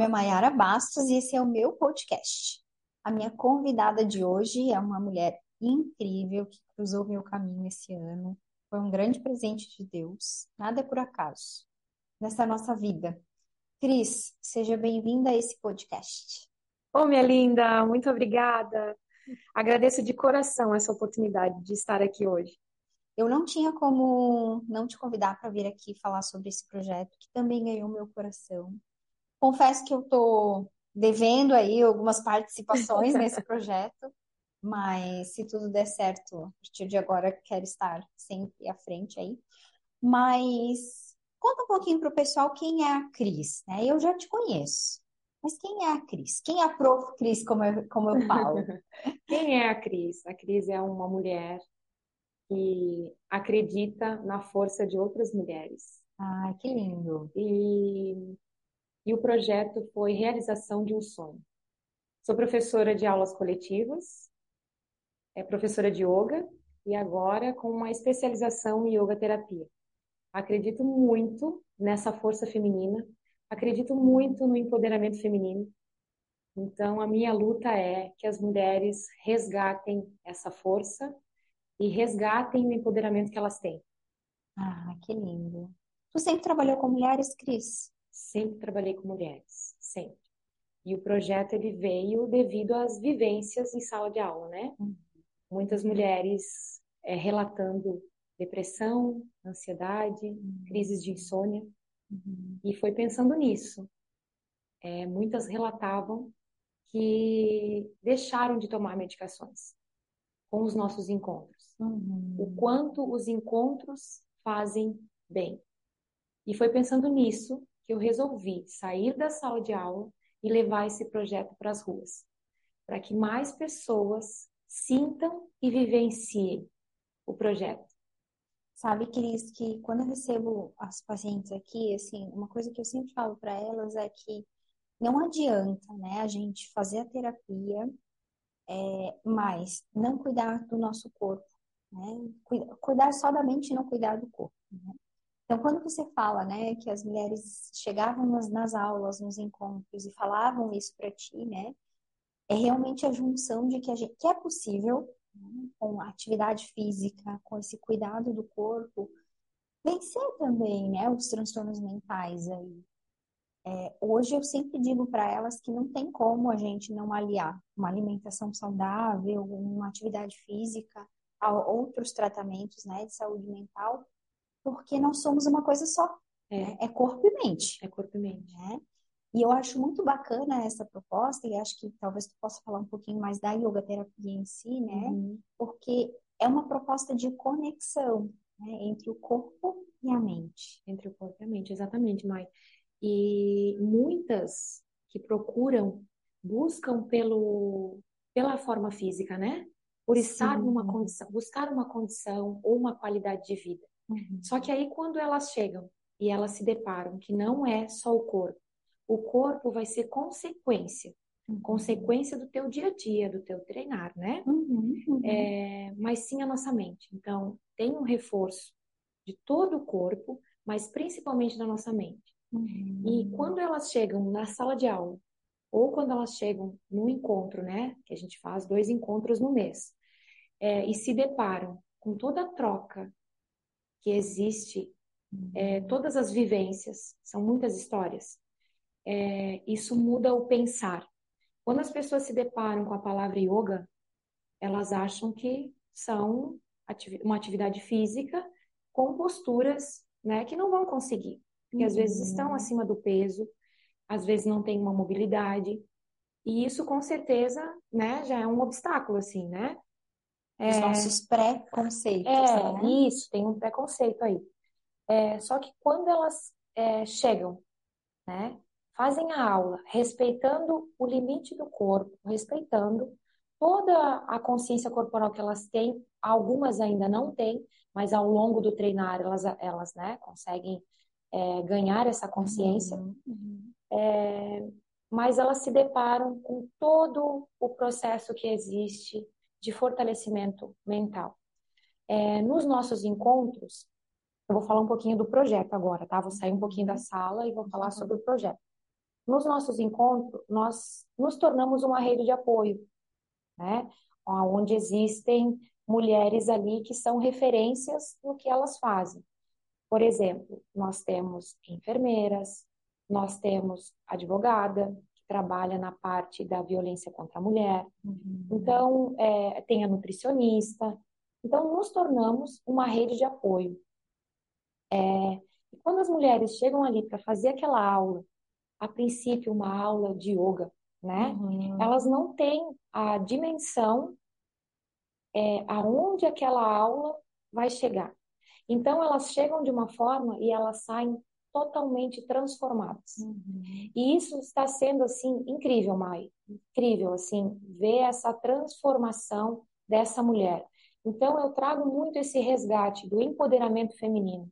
é Mayara Bastos e esse é o meu podcast. A minha convidada de hoje é uma mulher incrível que cruzou meu caminho esse ano. Foi um grande presente de Deus. Nada é por acaso nessa nossa vida. Cris, seja bem-vinda a esse podcast. Ô, minha linda, muito obrigada. Agradeço de coração essa oportunidade de estar aqui hoje. Eu não tinha como não te convidar para vir aqui falar sobre esse projeto que também ganhou meu coração. Confesso que eu estou devendo aí algumas participações nesse projeto, mas se tudo der certo, a partir de agora quero estar sempre à frente aí. Mas conta um pouquinho para o pessoal quem é a Cris, né? Eu já te conheço, mas quem é a Cris? Quem é a Prof. Cris, como eu falo? Quem é a Cris? A Cris é uma mulher que acredita na força de outras mulheres. Ai, que lindo. E, e o projeto foi realização de um sonho. Sou professora de aulas coletivas, professora de yoga e agora com uma especialização em yoga terapia. Acredito muito nessa força feminina, acredito muito no empoderamento feminino. Então, a minha luta é que as mulheres resgatem essa força e resgatem o empoderamento que elas têm. Ah, que lindo. Tu sempre trabalhou com mulheres, Cris? Sempre trabalhei com mulheres, sempre. E o projeto ele veio devido às vivências em sala de aula, né? Uhum. Muitas mulheres relatando depressão, ansiedade, crises de insônia. Uhum. E foi pensando nisso. Muitas relatavam que deixaram de tomar medicações com os nossos encontros. O Uhum. quanto os encontros fazem bem. E foi pensando nisso que eu resolvi sair da sala de aula e levar esse projeto para as ruas, para que mais pessoas sintam e vivenciem o projeto. Sabe, Cris, que quando eu recebo as pacientes aqui, assim, uma coisa que eu sempre falo para elas é que não adianta, né, a gente fazer a terapia, mas não cuidar do nosso corpo, né? Cuidar só da mente e não cuidar do corpo, né? Então, quando você fala, né, que as mulheres chegavam nas aulas, nos encontros e falavam isso para ti, né, é realmente a junção de que que é possível, né, com a atividade física, com esse cuidado do corpo, vencer também, né, os transtornos mentais aí. Hoje eu sempre digo para elas que não tem como a gente não aliar uma alimentação saudável, uma atividade física a outros tratamentos, né, de saúde mental, porque nós somos uma coisa só, né? É, É corpo e mente, é corpo e mente. né? E eu acho muito bacana essa proposta, e acho que talvez tu possa falar um pouquinho mais da yoga terapia em si, né? Uhum. Porque é uma proposta de conexão, né, entre o corpo e a mente. Entre o corpo e a mente, exatamente, Mai. E muitas que procuram, buscam pela forma física, né? Por estar Sim. numa condição, buscar uma condição ou uma qualidade de vida. Uhum. Só que aí quando elas chegam e elas se deparam que não é só o corpo vai ser consequência, Uhum. consequência do teu dia a dia, do teu treinar, né? Uhum. Uhum. Mas sim a nossa mente. Então, tem um reforço de todo o corpo, mas principalmente da nossa mente. E Uhum. quando elas chegam na sala de aula, ou quando elas chegam no encontro, né? Que a gente faz 2 encontros no mês, e se deparam com toda a troca que existe, todas as vivências, são muitas histórias, isso muda o pensar. Quando as pessoas se deparam com a palavra yoga, elas acham que são uma atividade física com posturas, né, que não vão conseguir, porque às vezes estão Uhum. acima do peso, às vezes não têm uma mobilidade, e isso com certeza, né, já é um obstáculo, assim, né? Os nossos preconceitos, É, né? isso, tem um preconceito aí. Só que quando elas chegam, né, fazem a aula respeitando o limite do corpo, respeitando toda a consciência corporal que elas têm, algumas ainda não têm, mas ao longo do treinar elas né, conseguem ganhar essa consciência, Uhum. Uhum. mas elas se deparam com todo o processo que existe de fortalecimento mental. Nos nossos encontros, eu vou falar um pouquinho do projeto agora, tá? Vou sair um pouquinho da Uhum. sala e vou Por falar favor. sobre o projeto. nos nossos encontros, nós nos tornamos uma rede de apoio, né? Onde existem mulheres ali que são referências no que elas fazem. Por exemplo, nós temos enfermeiras, nós temos advogada, que trabalha na parte da violência contra a mulher, então, tem a nutricionista. Então, nos tornamos uma rede de apoio. E quando as mulheres chegam ali para fazer aquela aula, a princípio uma aula de yoga, né? Elas não têm a dimensão aonde aquela aula vai chegar. Então, elas chegam de uma forma e elas saem totalmente transformadas. E isso está sendo, assim, incrível, Mai. Incrível, assim, ver essa transformação dessa mulher. Então, eu trago muito esse resgate do empoderamento feminino.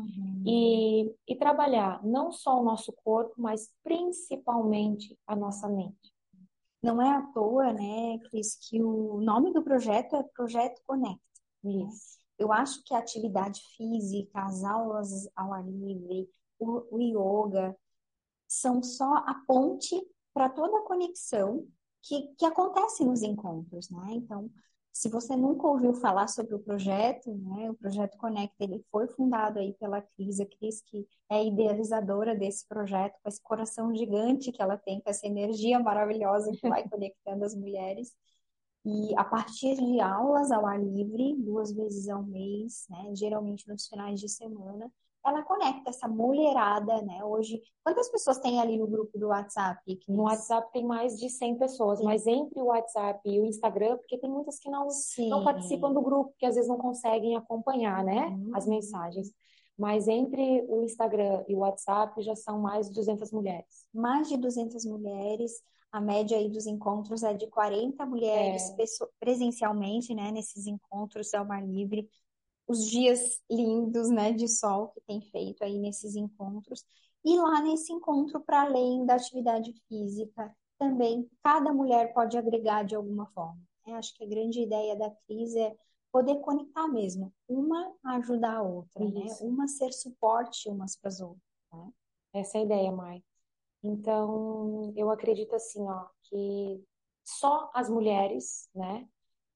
E trabalhar não só o nosso corpo, mas principalmente a nossa mente. Não é à toa, né, Cris, que o nome do projeto é Projeto Conecta. Isso. Eu acho que a atividade física, as aulas ao ar livre, o yoga, são só a ponte para toda a conexão que acontece nos encontros, né? Então, se você nunca ouviu falar sobre o projeto, né? O Projeto Conecta, ele foi fundado aí pela Cris, a Cris que é a idealizadora desse projeto, com esse coração gigante que ela tem, com essa energia maravilhosa que vai conectando as mulheres. E a partir de aulas ao ar livre, 2 vezes ao mês, né, geralmente nos finais de semana, ela conecta essa mulherada, né? Hoje, quantas pessoas tem ali no grupo do WhatsApp, No Cris? WhatsApp tem mais de 100 pessoas, mas entre o WhatsApp e o Instagram, porque tem muitas que não participam Sim. do grupo, que às vezes não conseguem acompanhar, né, as mensagens. Mas entre o Instagram e o WhatsApp já são mais de 200 mulheres. Mais de 200 mulheres, a média aí dos encontros é de 40 mulheres presencialmente, né, nesses encontros ao ar livre. Os dias lindos, né, de sol que tem feito aí nesses encontros. E lá nesse encontro, para além da atividade física, também cada mulher pode agregar de alguma forma. Acho que a grande ideia da Cris é poder conectar mesmo, uma ajudar a outra, né? Isso. Uma ser suporte umas para as outras, né? Essa é a ideia, Mai. Então, eu acredito assim, ó, que só as mulheres, né,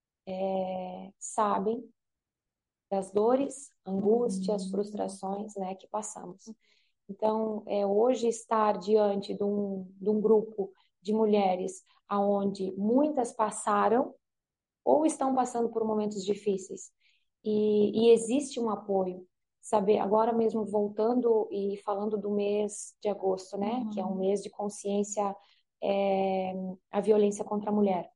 sabem das dores, angústias, frustrações, né, que passamos. Então, hoje estar diante de um grupo de mulheres aonde muitas passaram ou estão passando por momentos difíceis e existe um apoio, saber agora mesmo voltando e falando do mês de agosto, né, que é um mês de consciência a violência contra a mulher.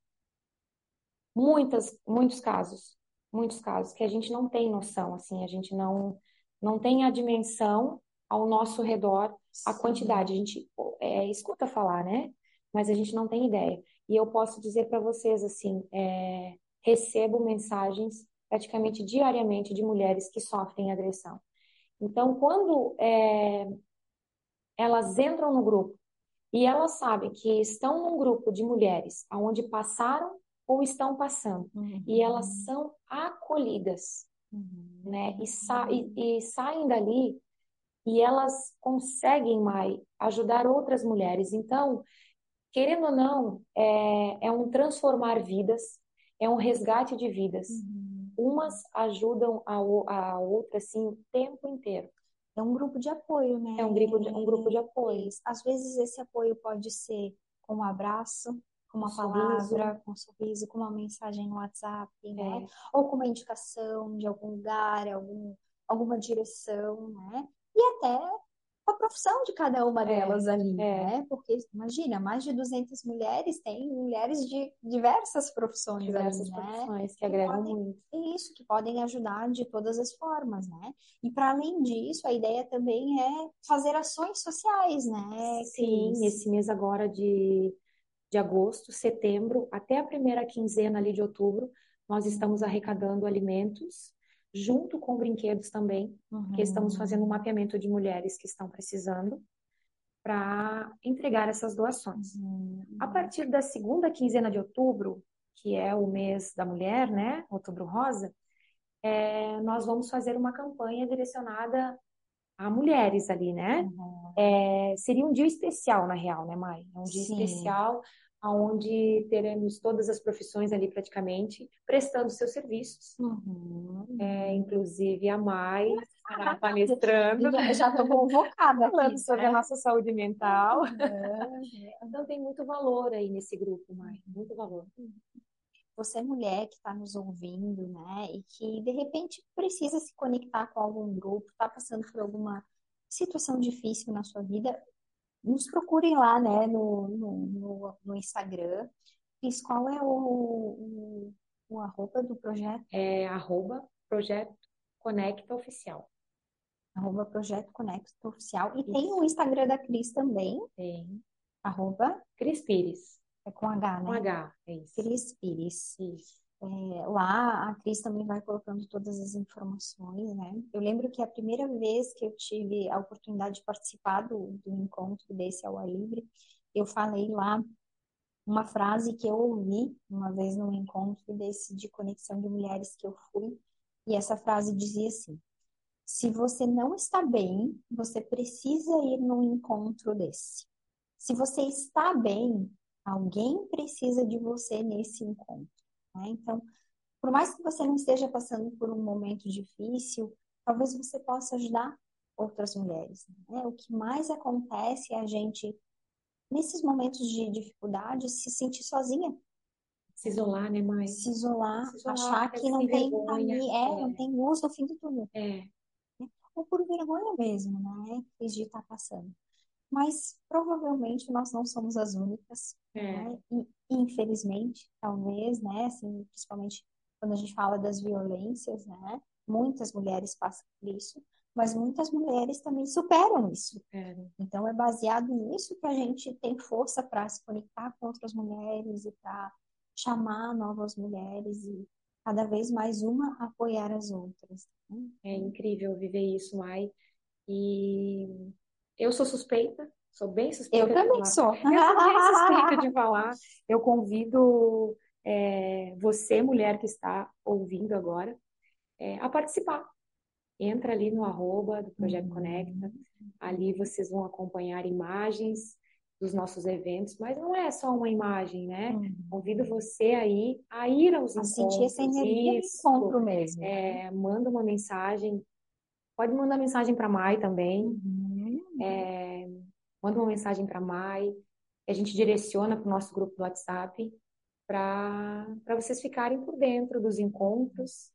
Muitos casos que a gente não tem noção, assim, a gente não tem a dimensão ao nosso redor, a quantidade, a gente escuta falar, né? Mas a gente não tem ideia. E eu posso dizer para vocês, assim, recebo mensagens praticamente diariamente de mulheres que sofrem agressão. Então, quando elas entram no grupo e elas sabem que estão num grupo de mulheres onde passaram ou estão passando, e elas são acolhidas, né? E saem dali e elas conseguem mais ajudar outras mulheres. Então, querendo ou não, é um transformar vidas, é um resgate de vidas. Umas ajudam a outra assim o tempo inteiro. É um grupo de apoio, né? É um grupo de apoio. Às vezes esse apoio pode ser com um abraço, com uma sorriso. palavra, com um sorriso, com uma mensagem no WhatsApp, né? Ou com uma indicação de algum lugar, alguma direção, né? E até a profissão de cada uma delas ali, né? Porque, imagina, mais de 200 mulheres, tem mulheres de diversas profissões Diversas ali, né? profissões que agregam podem, muito. isso, que podem ajudar de todas as formas, né? E para além disso, a ideia também é fazer ações sociais, né, Sim, Cris? esse mês agora de agosto, setembro, até a primeira quinzena ali de outubro, nós estamos arrecadando alimentos, junto com brinquedos também, porque estamos fazendo um mapeamento de mulheres que estão precisando para entregar essas doações. A partir da segunda quinzena de outubro, que é o mês da mulher, né, Outubro Rosa, nós vamos fazer uma campanha direcionada a mulheres ali, né? Uhum. Seria um dia especial, na real, né, Mai? É um dia Sim. especial onde teremos todas as profissões ali praticamente prestando seus serviços. Uhum. Inclusive a Mai estará palestrando, Já estou convocada falando aqui, sobre a né? nossa saúde mental. Uhum. Então tem muito valor aí nesse grupo, Mai, muito valor. Você, mulher que está nos ouvindo, né, e que de repente precisa se conectar com algum grupo, está passando por alguma situação difícil na sua vida, nos procurem lá, né, no Instagram. Cris, qual é o arroba do projeto? Projeto Conecta Oficial. Arroba Projeto Conecta Oficial. E tem o Isso, Instagram da Cris também, tem. arroba, Cris Pires, é com H, com né? H, é isso. Cris Pires. Isso. Lá a Cris também vai colocando todas as informações, né? Eu lembro que a primeira vez que eu tive a oportunidade de participar do encontro desse ao ar livre, eu falei lá uma frase que eu ouvi uma vez num encontro desse de conexão de mulheres que eu fui, e essa frase dizia assim: se você não está bem, você precisa ir num encontro desse. Se você está bem, alguém precisa de você nesse encontro, né? Então, por mais que você não esteja passando por um momento difícil, talvez você possa ajudar outras mulheres, né? O que mais acontece é a gente, nesses momentos de dificuldade, se sentir sozinha, Se isolar, né, Mai? se isolar, Se isolar achar porque que sem não tem vergonha. caminho, não tem luz no fim do túnel, É, ou por vergonha mesmo, né? De estar passando. Mas provavelmente nós não somos as únicas, é. né? E, infelizmente, talvez, né? Assim, principalmente quando a gente fala das violências, né? Muitas mulheres passam por isso, mas muitas mulheres também superam isso. É. Então, é baseado nisso que a gente tem força para se conectar com outras mulheres e para chamar novas mulheres e cada vez mais uma apoiar as outras, né? É incrível viver isso, Mai. E eu sou bem Eu suspeita de também falar. sou. Eu sou bem suspeita de falar. Eu convido você, mulher que está ouvindo agora, a participar. Entra ali no arroba do Projeto Conecta. Uhum. Ali vocês vão acompanhar imagens dos nossos eventos, mas não é só uma imagem, né? Convido Uhum. você aí a ir aos A sentir essa encontros. energia do Isso. encontro mesmo, né? Manda uma mensagem. Pode mandar mensagem para a Mai também. Uhum. Manda uma mensagem para a Mai. A gente direciona para o nosso grupo do WhatsApp para vocês ficarem por dentro dos encontros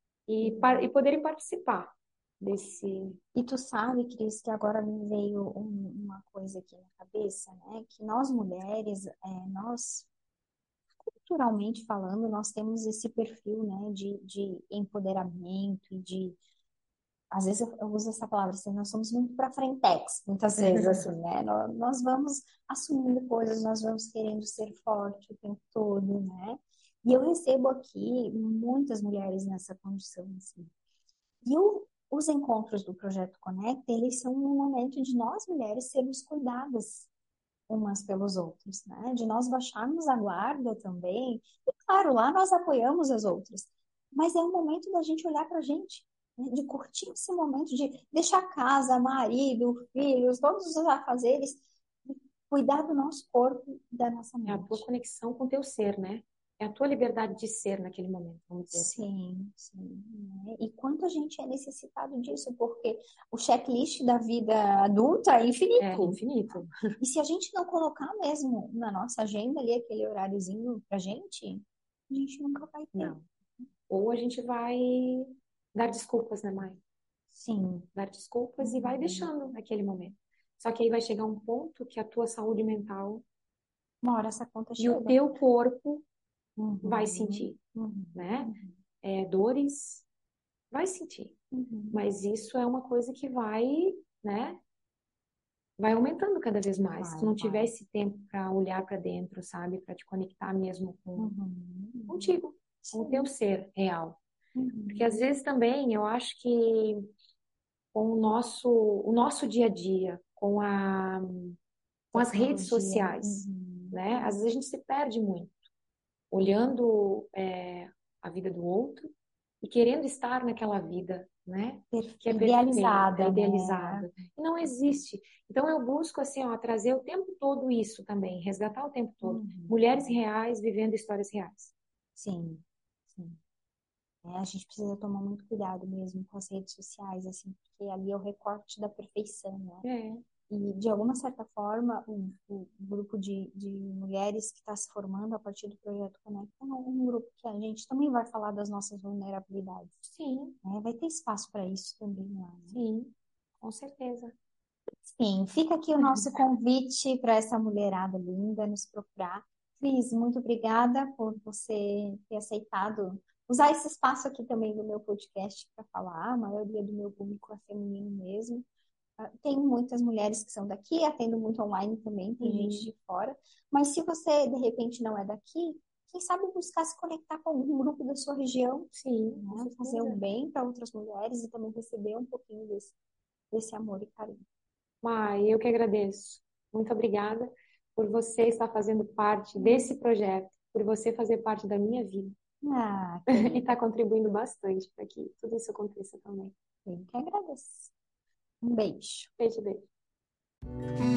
e poderem participar desse. E tu sabe, Cris, que agora me veio uma coisa aqui na cabeça, né? Que nós mulheres, nós, culturalmente falando, nós temos esse perfil, né? De empoderamento e de às vezes eu uso essa palavra assim, nós somos muito para frentex, muitas vezes assim, né? Nós vamos assumindo coisas, nós vamos querendo ser forte o tempo todo, né? E eu recebo aqui muitas mulheres nessa condição, assim. E os encontros do Projeto Conecta, eles são um momento de nós mulheres sermos cuidadas umas pelos outros, né? De nós baixarmos a guarda também. E claro, lá nós apoiamos as outras. Mas é um momento da gente olhar para a gente, né? De curtir esse momento, de deixar casa, marido, filhos, todos os afazeres, e cuidar do nosso corpo e da nossa É a tua mente. conexão com o teu ser, né? É a tua liberdade de ser naquele momento, vamos dizer assim. Sim, sim, né? E quanto a gente é necessitado disso, porque o checklist da vida adulta é É infinito. infinito. E se a gente não colocar mesmo na nossa agenda ali aquele horáriozinho pra gente, a gente nunca vai ter. Não. Ou a gente vai dar desculpas, né, Mai? Sim. Dar desculpas e vai Uhum. deixando naquele momento. Só que aí vai chegar um ponto que a tua saúde mental Uma hora essa conta e o chega. teu corpo vai Uhum. sentir, Uhum. né? Uhum. Dores, vai sentir. Uhum. Mas isso é uma coisa que vai, né? Vai aumentando cada vez mais. Se tu Vai, não tiver vai. esse tempo para olhar para dentro, sabe? Para te conectar mesmo Uhum. Uhum. contigo, com o teu Sim. ser real. Porque às Uhum. vezes também eu acho que com o nosso dia a dia, com as redes Tecnologia. sociais, Uhum. né? Às vezes a gente se perde muito, olhando a vida do outro e querendo estar naquela vida, né? Que é perfeita, Idealizada, né? idealizada. E não existe. Então eu busco assim, ó, trazer o tempo todo isso também, resgatar o tempo todo. Mulheres Uhum. reais vivendo histórias reais. Sim, sim. A gente precisa tomar muito cuidado mesmo com as redes sociais, assim, porque ali é o recorte da perfeição, né? É, E, de alguma certa forma, o grupo de mulheres que está se formando a partir do Projeto Conecta é um grupo que a gente também vai falar das nossas vulnerabilidades, sim, né? Vai ter espaço para isso também lá, né? sim, com certeza. Sim, fica aqui o nosso convite para essa mulherada linda nos procurar. Cris, muito obrigada por você ter aceitado usar esse espaço aqui também do meu podcast para falar. A maioria do meu público é feminino mesmo. Tem muitas mulheres que são daqui, atendo muito online também, tem gente Uhum. de fora. Mas se você, de repente, não é daqui, quem sabe buscar se conectar com algum grupo da sua região, Sim, com né? Fazer um certeza. bem para outras mulheres e também receber um pouquinho desse amor e carinho. Mai, eu que agradeço. Muito obrigada por você estar fazendo parte desse projeto, por você fazer parte da minha vida Ah, e querida, estar contribuindo bastante para que tudo isso aconteça também. eu que agradeço. Um beijo. Beijo, beijo.